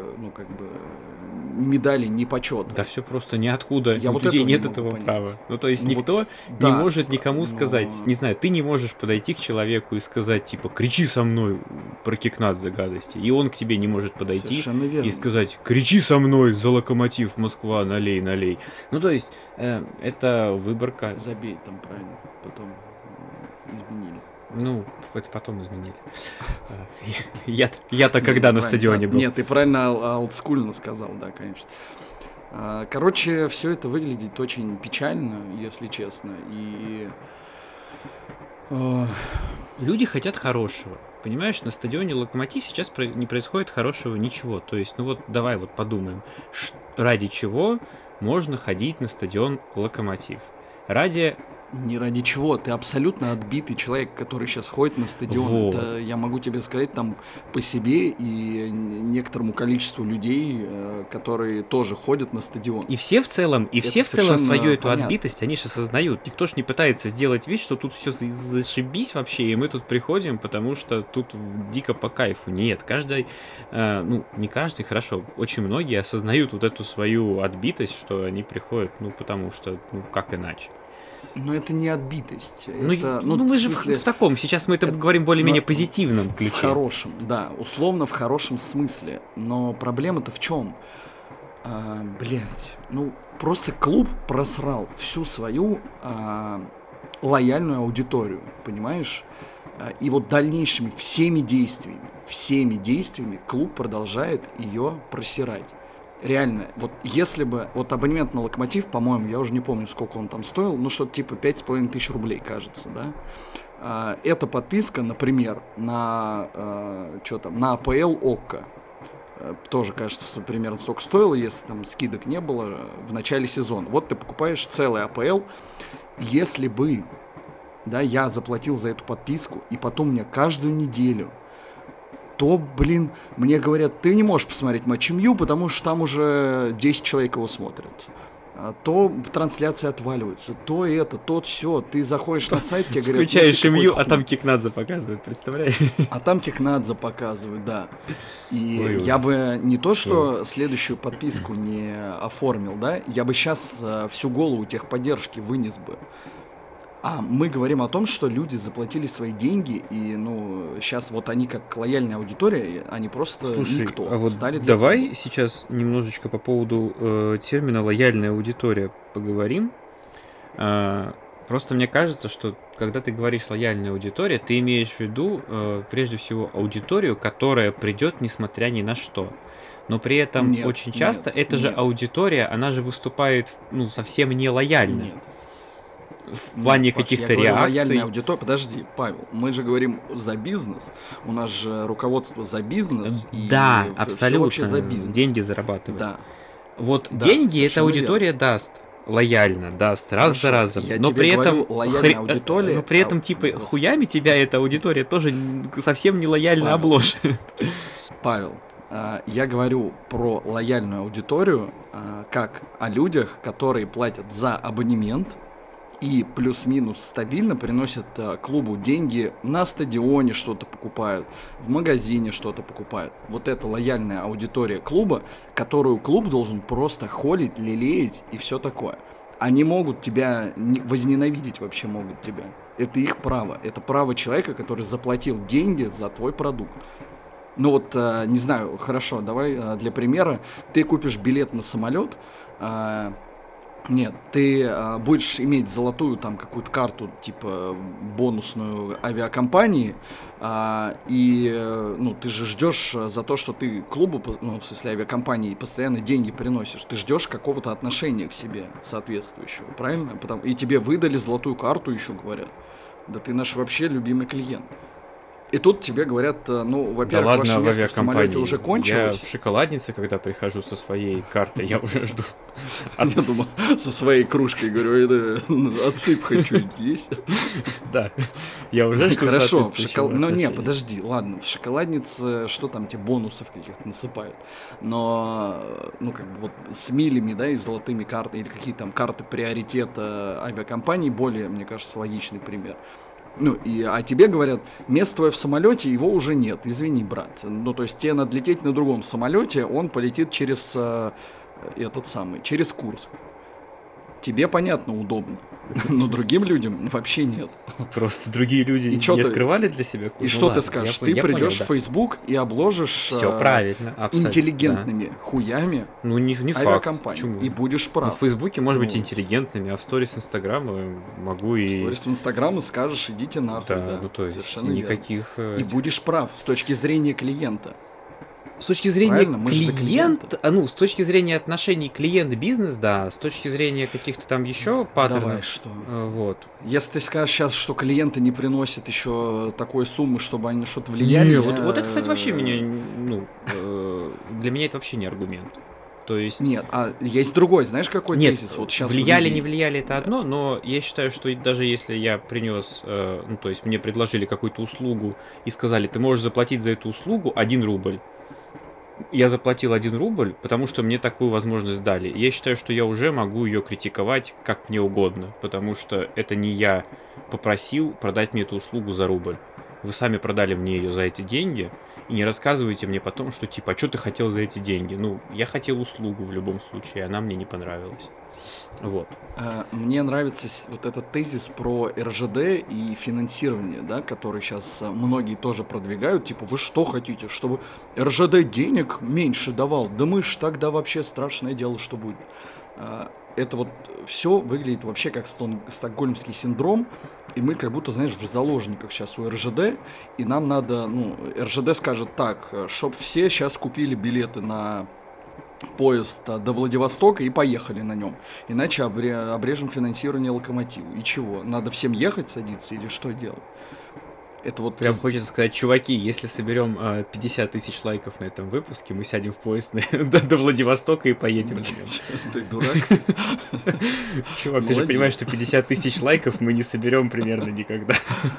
[SPEAKER 3] медали непочетные?
[SPEAKER 2] Да все просто ниоткуда.
[SPEAKER 3] У
[SPEAKER 2] людей нет этого права. То есть никто не может никому сказать. Не знаю, ты не можешь подойти к человеку и сказать, типа, кричи со мной про Кикнадзе гадости. И он к тебе не может подойти и сказать, кричи со мной за «Локомотив Москва, налей, налей». То есть это выборка.
[SPEAKER 3] Забей там, правильно, потом изменили.
[SPEAKER 2] Это потом изменили. Я-то когда на стадионе был.
[SPEAKER 3] Нет, ты правильно олдскульно сказал, да, конечно. Короче, все это выглядит очень печально, если честно. И
[SPEAKER 2] люди хотят хорошего. Понимаешь, на стадионе «Локомотив» сейчас не происходит хорошего ничего. То есть, давай подумаем, ради чего можно ходить на стадион «Локомотив».
[SPEAKER 3] Не ради чего, ты абсолютно отбитый человек, который сейчас ходит на стадион.
[SPEAKER 2] Вот.
[SPEAKER 3] Это, я могу тебе сказать, там по себе и некоторому количеству людей, которые тоже ходят на стадион.
[SPEAKER 2] И все в целом свою эту отбитость, они же осознают. Никто же не пытается сделать вид, что тут все зашибись вообще, и мы тут приходим, потому что тут дико по кайфу. Нет, каждый, не каждый, хорошо, очень многие осознают вот эту свою отбитость, что они приходят, потому что, как иначе.
[SPEAKER 3] Но это не отбитость.
[SPEAKER 2] Мы же в таком, сейчас мы это говорим более-менее позитивном ключе.
[SPEAKER 3] В хорошем, да, условно в хорошем смысле. Но проблема-то в чем? Просто клуб просрал всю свою лояльную аудиторию, понимаешь? И вот дальнейшими всеми действиями клуб продолжает ее просирать. Реально, вот если бы, вот абонемент на Локомотив, по-моему, я уже не помню, сколько он там стоил, ну что-то типа 5500 рублей, кажется, да. Эта подписка, например, на АПЛ ОККО, тоже, кажется, примерно столько стоило, если там скидок не было в начале сезона. Вот ты покупаешь целый АПЛ, если бы, да, я заплатил за эту подписку, и потом мне каждую неделю, то, блин, мне говорят, ты не можешь посмотреть матч МЮ, потому что там уже 10 человек его смотрят. То трансляции отваливаются, то это, то все. Ты заходишь на сайт, тебе говорят...
[SPEAKER 2] Включаешь МЮ, а там Кикнадзе показывают, представляешь?
[SPEAKER 3] А там Кикнадзе показывают, да. И я бы не то, что следующую подписку не оформил, да, я бы сейчас всю голову техподдержки вынес бы. А мы говорим о том, что люди заплатили свои деньги, и, ну, сейчас вот они как лояльная аудитория, они просто никто.
[SPEAKER 2] А вот
[SPEAKER 3] стали для
[SPEAKER 2] давай
[SPEAKER 3] клуба.
[SPEAKER 2] сейчас немножечко по поводу термина «лояльная аудитория» поговорим. Просто мне кажется, что когда ты говоришь «лояльная аудитория», ты имеешь в виду, прежде всего, аудиторию, которая придет несмотря ни на что. Но при этом
[SPEAKER 3] Нет,
[SPEAKER 2] очень часто
[SPEAKER 3] нет,
[SPEAKER 2] эта же
[SPEAKER 3] нет.
[SPEAKER 2] аудитория, она же выступает, ну, совсем не лояльно.
[SPEAKER 3] Нет.
[SPEAKER 2] В плане
[SPEAKER 3] Паш,
[SPEAKER 2] каких-то
[SPEAKER 3] я говорю,
[SPEAKER 2] реакций.
[SPEAKER 3] лояльная аудитория. Подожди, Павел, мы же говорим за бизнес. У нас же руководство за бизнес.
[SPEAKER 2] Да,
[SPEAKER 3] и всё
[SPEAKER 2] абсолютно.
[SPEAKER 3] вообще за бизнес.
[SPEAKER 2] Деньги зарабатывать.
[SPEAKER 3] Да.
[SPEAKER 2] Вот
[SPEAKER 3] Да,
[SPEAKER 2] деньги эта
[SPEAKER 3] совершенно
[SPEAKER 2] аудитория даст. Лояльно даст, раз
[SPEAKER 3] Хорошо,
[SPEAKER 2] за разом.
[SPEAKER 3] я
[SPEAKER 2] Но
[SPEAKER 3] тебе
[SPEAKER 2] при
[SPEAKER 3] говорю,
[SPEAKER 2] этом
[SPEAKER 3] лояльная аудитория,
[SPEAKER 2] но при этом типа хуями тебя эта аудитория тоже совсем не лояльно
[SPEAKER 3] Павел.
[SPEAKER 2] обложит.
[SPEAKER 3] Павел, я говорю про лояльную аудиторию как о людях, которые платят за абонемент и плюс-минус стабильно приносят клубу деньги, на стадионе что-то покупают, в магазине что-то покупают. Вот это лояльная аудитория клуба, которую клуб должен просто холить, лелеять и все такое. Они могут тебя возненавидеть, вообще могут тебя. Это их право. Это право человека, который заплатил деньги за твой продукт. Ну вот, не знаю, хорошо, давай для примера. Ты купишь билет на самолет, нет, ты будешь иметь золотую там какую-то карту, типа бонусную авиакомпании, и ну, ты же ждешь за то, что ты клубу, ну, в смысле авиакомпании, постоянно деньги приносишь. Ты ждешь какого-то отношения к себе соответствующего, правильно? И тебе выдали золотую карту, еще говорят. Да ты наш вообще любимый клиент. И тут тебе говорят, ну, во-первых,
[SPEAKER 2] Да
[SPEAKER 3] ваше
[SPEAKER 2] ладно, в
[SPEAKER 3] место в самолете
[SPEAKER 2] авиакомпании.
[SPEAKER 3] уже
[SPEAKER 2] Я
[SPEAKER 3] кончилось.
[SPEAKER 2] в шоколаднице, когда прихожу со своей картой, я уже жду.
[SPEAKER 3] Я думал, со своей кружкой, говорю, отсыпь хочу, есть?
[SPEAKER 2] Да, я уже жду.
[SPEAKER 3] Хорошо,
[SPEAKER 2] но
[SPEAKER 3] не, подожди, ладно, в шоколаднице что там тебе бонусов каких-то насыпают, но, ну, как бы вот с милями, да, и золотыми картами, или какие там карты приоритета авиакомпании, более, мне кажется, логичный пример. Ну, а тебе говорят, место твое в самолете, его уже нет, извини, брат. Ну, то есть тебе надо лететь на другом самолете, он полетит через через Курск. Тебе, понятно, удобно, но другим людям вообще нет.
[SPEAKER 2] Просто другие люди
[SPEAKER 3] И
[SPEAKER 2] не открывали для себя курс.
[SPEAKER 3] И что ты скажешь? Ты придешь в Facebook и обложишь
[SPEAKER 2] все правильно, абсолютно,
[SPEAKER 3] интеллигентными хуями
[SPEAKER 2] ну, не факт.
[SPEAKER 3] авиакомпанию.
[SPEAKER 2] Почему?
[SPEAKER 3] И будешь
[SPEAKER 2] Ну,
[SPEAKER 3] прав.
[SPEAKER 2] в Фейсбуке может быть
[SPEAKER 3] Ну.
[SPEAKER 2] интеллигентными, а в сторис Инстаграма могу и...
[SPEAKER 3] Сторис в Инстаграм и скажешь, идите нахуй.
[SPEAKER 2] Да,
[SPEAKER 3] Да,
[SPEAKER 2] ну то есть
[SPEAKER 3] совершенно верно.
[SPEAKER 2] никаких...
[SPEAKER 3] И будешь прав с точки зрения клиента.
[SPEAKER 2] С точки зрения
[SPEAKER 3] Правильно, мы же за
[SPEAKER 2] клиента, ну, с точки зрения отношений клиент-бизнес, да, с точки зрения каких-то там еще паттернов,
[SPEAKER 3] Давай, что?
[SPEAKER 2] вот.
[SPEAKER 3] Если ты скажешь сейчас, что клиенты не приносят еще такой суммы, чтобы они на что-то влияли...
[SPEAKER 2] Не, вот это, кстати, вообще меня, ну, для меня это вообще не аргумент. То есть...
[SPEAKER 3] Нет, а есть другой, знаешь, какой
[SPEAKER 2] Нет,
[SPEAKER 3] тезис? Вот сейчас
[SPEAKER 2] влияли, не влияли, это одно, но я считаю, что даже если я принес, ну, то есть мне предложили какую-то услугу и сказали, ты можешь заплатить за эту услугу 1 рубль, я заплатил 1 рубль, потому что мне такую возможность дали. Я считаю, что я уже могу ее критиковать как мне угодно, потому что это не я попросил продать мне эту услугу за рубль. Вы сами продали мне ее за эти деньги, и не рассказывайте мне потом, что типа, а что ты хотел за эти деньги? Ну, я хотел услугу в любом случае, она мне не понравилась. Вот.
[SPEAKER 3] Мне нравится вот этот тезис про РЖД и финансирование, да, который сейчас многие тоже продвигают. Типа, вы что хотите, чтобы РЖД денег меньше давал? Да мы ж тогда вообще страшное дело, что будет. Это вот все выглядит вообще как стокгольмский синдром, и мы как будто, знаешь, в заложниках сейчас у РЖД, и нам надо, РЖД скажет так, чтоб все сейчас купили билеты на поезд до Владивостока и поехали на нем. Иначе обрежем финансирование Локомотиву. И чего? Надо всем ехать садиться или что делать? Это вот...
[SPEAKER 2] Прям хочется сказать, чуваки, если соберем 50 тысяч лайков на этом выпуске, мы сядем в поезд до Владивостока и поедем.
[SPEAKER 3] Ты дурак.
[SPEAKER 2] Чувак, ты же понимаешь, что 50 тысяч лайков мы не соберем примерно никогда.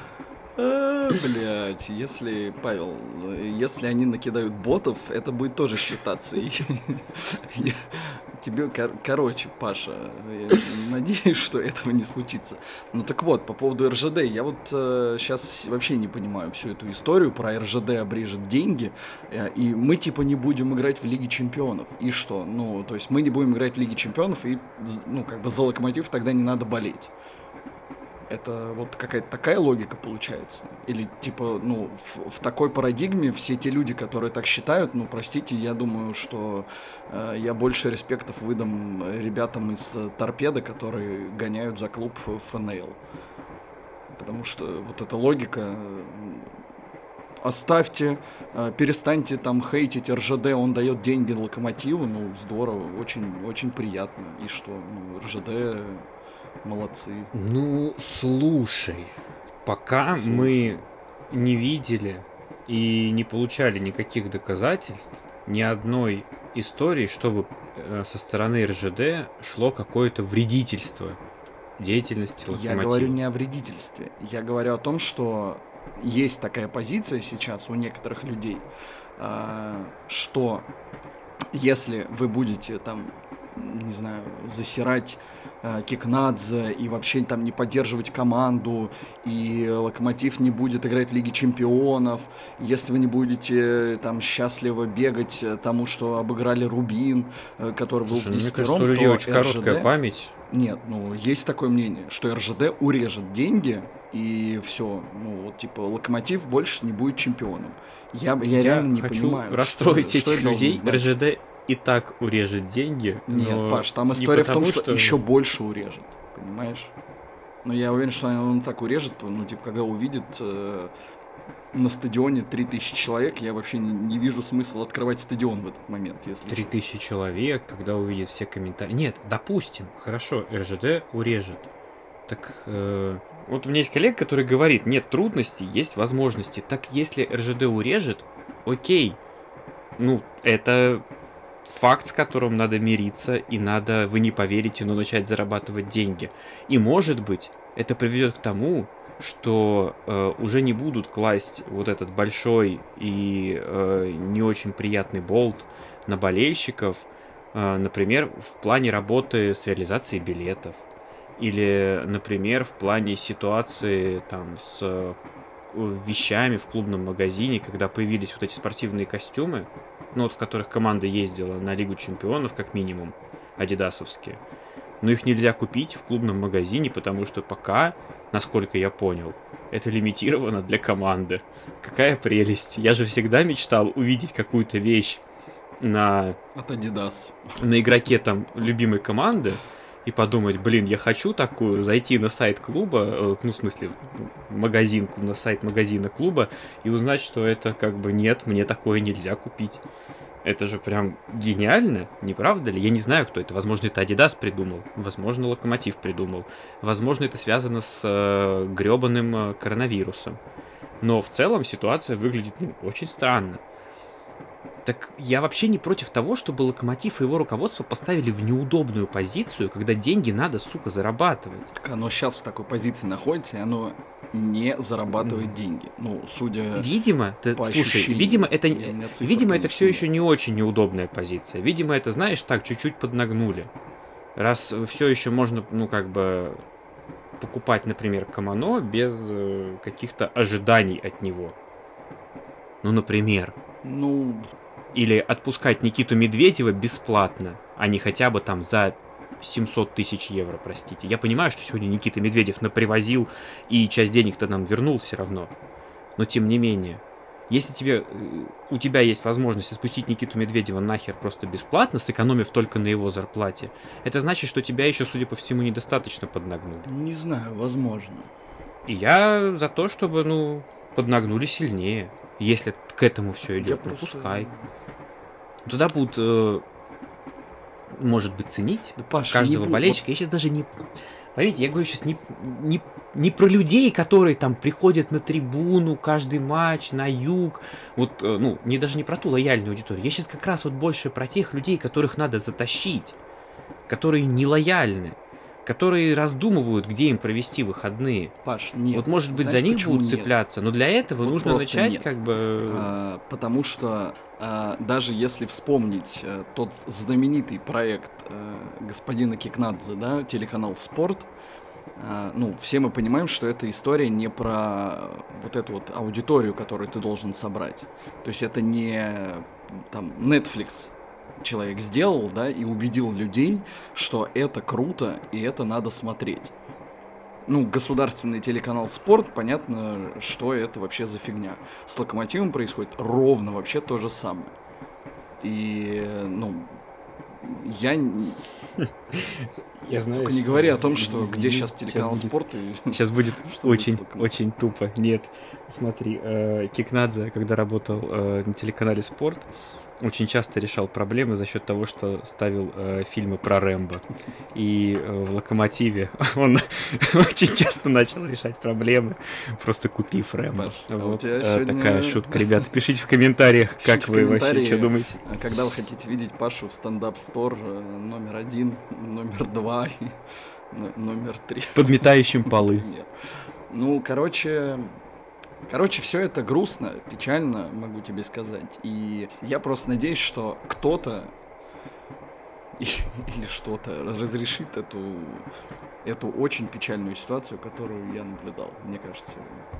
[SPEAKER 3] Блять, Павел, если они накидают ботов, это будет тоже считаться. Тебе, короче, Паша, я надеюсь, что этого не случится. Ну так вот, по поводу РЖД, я вот сейчас вообще не понимаю всю эту историю про РЖД обрежет деньги, и мы типа не будем играть в Лиге Чемпионов. И что? Ну, то есть мы не будем играть в Лиге Чемпионов, и, как бы за Локомотив тогда не надо болеть. Это вот какая-то такая логика получается? Или, типа, в такой парадигме все те люди, которые так считают, простите, я думаю, что я больше респектов выдам ребятам из Торпеда, которые гоняют за клуб ФНЛ. Потому что вот эта логика... Оставьте, перестаньте там хейтить РЖД, он дает деньги Локомотиву, здорово, очень, очень приятно. И что, РЖД... Молодцы.
[SPEAKER 2] Слушай, пока мы не видели и не получали никаких доказательств, ни одной истории, чтобы со стороны РЖД шло какое-то вредительство деятельности Локомотива.
[SPEAKER 3] Я говорю не о вредительстве. Я говорю о том, что есть такая позиция сейчас у некоторых людей, что если вы будете там, не знаю, засирать Кикнадзе и вообще там не поддерживать команду, и Локомотив не будет играть в Лиге Чемпионов, если вы не будете там счастливо бегать тому, что обыграли Рубин, который был в 10-ром,
[SPEAKER 2] то у людей очень короткая память.
[SPEAKER 3] Нет, есть такое мнение, что РЖД урежет деньги, и все, Локомотив больше не будет чемпионом. Я реально не понимаю.
[SPEAKER 2] Расстроить этих людей, РЖД и так урежет деньги.
[SPEAKER 3] Нет, Паш, там история в том, что еще больше урежет, понимаешь? Но я уверен, что он так урежет, когда увидит на стадионе 3000 человек, я вообще не вижу смысла открывать стадион в этот момент.
[SPEAKER 2] 3000 человек, когда увидит все комментарии. Нет, допустим, хорошо, РЖД урежет. Так, вот у меня есть коллега, который говорит, нет трудностей, есть возможности. Так если РЖД урежет, окей, это... факт, с которым надо мириться, и надо, вы не поверите, но начать зарабатывать деньги. И, может быть, это приведет к тому, что уже не будут класть вот этот большой и не очень приятный болт на болельщиков, например, в плане работы с реализацией билетов, или, например, в плане ситуации там с вещами в клубном магазине, когда появились вот эти спортивные костюмы, в которых команда ездила на Лигу Чемпионов, как минимум, адидасовские. Но их нельзя купить в клубном магазине, потому что пока, насколько я понял, это лимитировано для команды. Какая прелесть. Я же всегда мечтал увидеть какую-то вещь от
[SPEAKER 3] Adidas.
[SPEAKER 2] На игроке там любимой команды, и подумать, я хочу такую, зайти на сайт клуба, на сайт магазина клуба, и узнать, что это нет, мне такое нельзя купить. Это же прям гениально, не правда ли? Я не знаю, кто это. Возможно, это Adidas придумал, возможно, Локомотив придумал, возможно, это связано с гребаным коронавирусом. Но в целом ситуация выглядит очень странно. Так я вообще не против того, чтобы Локомотив и его руководство поставили в неудобную позицию, когда деньги надо, зарабатывать.
[SPEAKER 3] Так оно сейчас в такой позиции находится, и оно не зарабатывает деньги. Судя
[SPEAKER 2] видимо, видимо, это все еще не очень неудобная позиция. Видимо, это, знаешь, так, чуть-чуть поднагнули. Раз все еще можно, покупать, например, Камано без каких-то ожиданий от него. Например. Или отпускать Никиту Медведева бесплатно, а не хотя бы там за 700 тысяч евро, простите. Я понимаю, что сегодня Никита Медведев напривозил и часть денег-то нам вернул все равно. Но тем не менее. Если у тебя есть возможность отпустить Никиту Медведева нахер просто бесплатно, сэкономив только на его зарплате, это значит, что тебя еще, судя по всему, недостаточно поднагнули.
[SPEAKER 3] Не знаю, возможно.
[SPEAKER 2] И я за то, чтобы, поднагнули сильнее. Если к этому все идет, пускай. Туда будут, может быть, ценить
[SPEAKER 3] Да, Паш,
[SPEAKER 2] каждого болельщика. Я сейчас даже не... Поймите, я говорю сейчас не про людей, которые там приходят на трибуну каждый матч, на юг. Вот, даже не про ту лояльную аудиторию. Я сейчас как раз вот больше про тех людей, которых надо затащить, которые не лояльны, которые раздумывают, где им провести выходные.
[SPEAKER 3] Паш, нет.
[SPEAKER 2] Вот, может быть,
[SPEAKER 3] Знаешь,
[SPEAKER 2] за них
[SPEAKER 3] почему
[SPEAKER 2] будут
[SPEAKER 3] нет?
[SPEAKER 2] цепляться, но для этого
[SPEAKER 3] Вот
[SPEAKER 2] нужно
[SPEAKER 3] просто
[SPEAKER 2] начать
[SPEAKER 3] нет. Потому что даже если вспомнить тот знаменитый проект господина Кикнадзе, да, телеканал «Спорт», все мы понимаем, что эта история не про вот эту вот аудиторию, которую ты должен собрать. То есть это не там Netflix человек сделал, да, и убедил людей, что это круто и это надо смотреть. Государственный телеканал «Спорт», понятно, что это вообще за фигня. С «Локомотивом» происходит ровно вообще то же самое. И,
[SPEAKER 2] Я знаю,
[SPEAKER 3] только не говори о том, что где сейчас телеканал «Спорт» и...
[SPEAKER 2] Сейчас будет
[SPEAKER 3] Что будет с
[SPEAKER 2] очень,
[SPEAKER 3] «Локомотивом»?
[SPEAKER 2] очень тупо. Нет, смотри, Кикнадзе, когда работал на телеканале «Спорт», очень часто решал проблемы за счет того, что ставил фильмы про Рэмбо. И в «Локомотиве» он очень часто начал решать проблемы, просто купив Рэмбо.
[SPEAKER 3] Паш, а у тебя
[SPEAKER 2] Такая шутка. Ребята, пишите в комментариях, как вы вообще, что думаете.
[SPEAKER 3] Когда вы хотите видеть Пашу в стендап-стор номер 1, номер 2 и номер 3.
[SPEAKER 2] Подметающим полы.
[SPEAKER 3] Короче, все это грустно, печально, могу тебе сказать. И я просто надеюсь, что кто-то или что-то разрешит эту очень печальную ситуацию, которую я наблюдал. Мне кажется,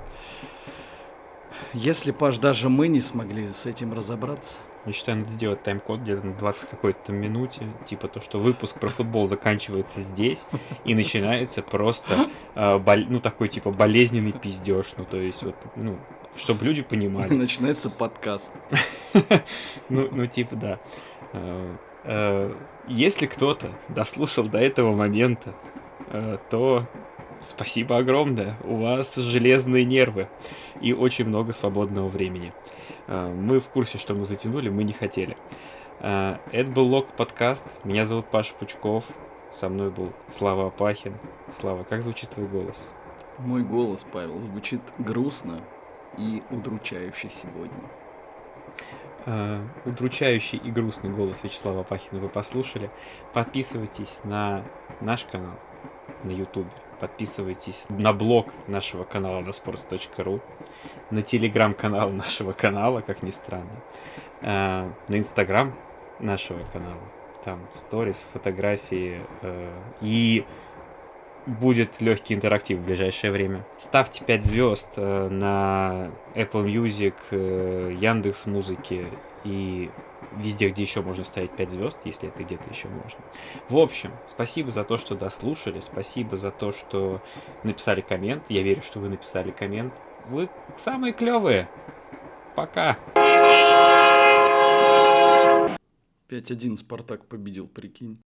[SPEAKER 3] если, Паш, даже мы не смогли с этим разобраться.
[SPEAKER 2] Я считаю, надо сделать тайм-код где-то на 20 какой-то минуте, типа то, что выпуск про футбол заканчивается здесь и начинается просто такой типа болезненный пиздеж, то есть вот, чтобы люди понимали.
[SPEAKER 3] Начинается подкаст.
[SPEAKER 2] Типа да. Если кто-то дослушал до этого момента, то спасибо огромное, у вас железные нервы и очень много свободного времени. Мы в курсе, что мы затянули, мы не хотели. Это был Лок подкаст. Меня зовут Паша Пучков. Со мной был Слава Апахин. Слава, как звучит твой голос?
[SPEAKER 3] Мой голос, Павел, звучит грустно и удручающе сегодня.
[SPEAKER 2] Удручающий и грустный голос Вячеслава Апахина вы послушали. Подписывайтесь на наш канал на YouTube. Подписывайтесь на блог нашего канала на sports.ru, на телеграм-канал нашего канала, как ни странно, на инстаграм нашего канала. Там сторис, фотографии и будет легкий интерактив в ближайшее время. Ставьте 5 звезд на Apple Music, Яндекс.Музыке и везде, где еще можно ставить 5 звезд, если это где-то еще можно. В общем, спасибо за то, что дослушали, спасибо за то, что написали коммент. Я верю, что вы написали коммент. Вы самые клевые. Пока.
[SPEAKER 3] 5-1 Спартак победил, прикинь.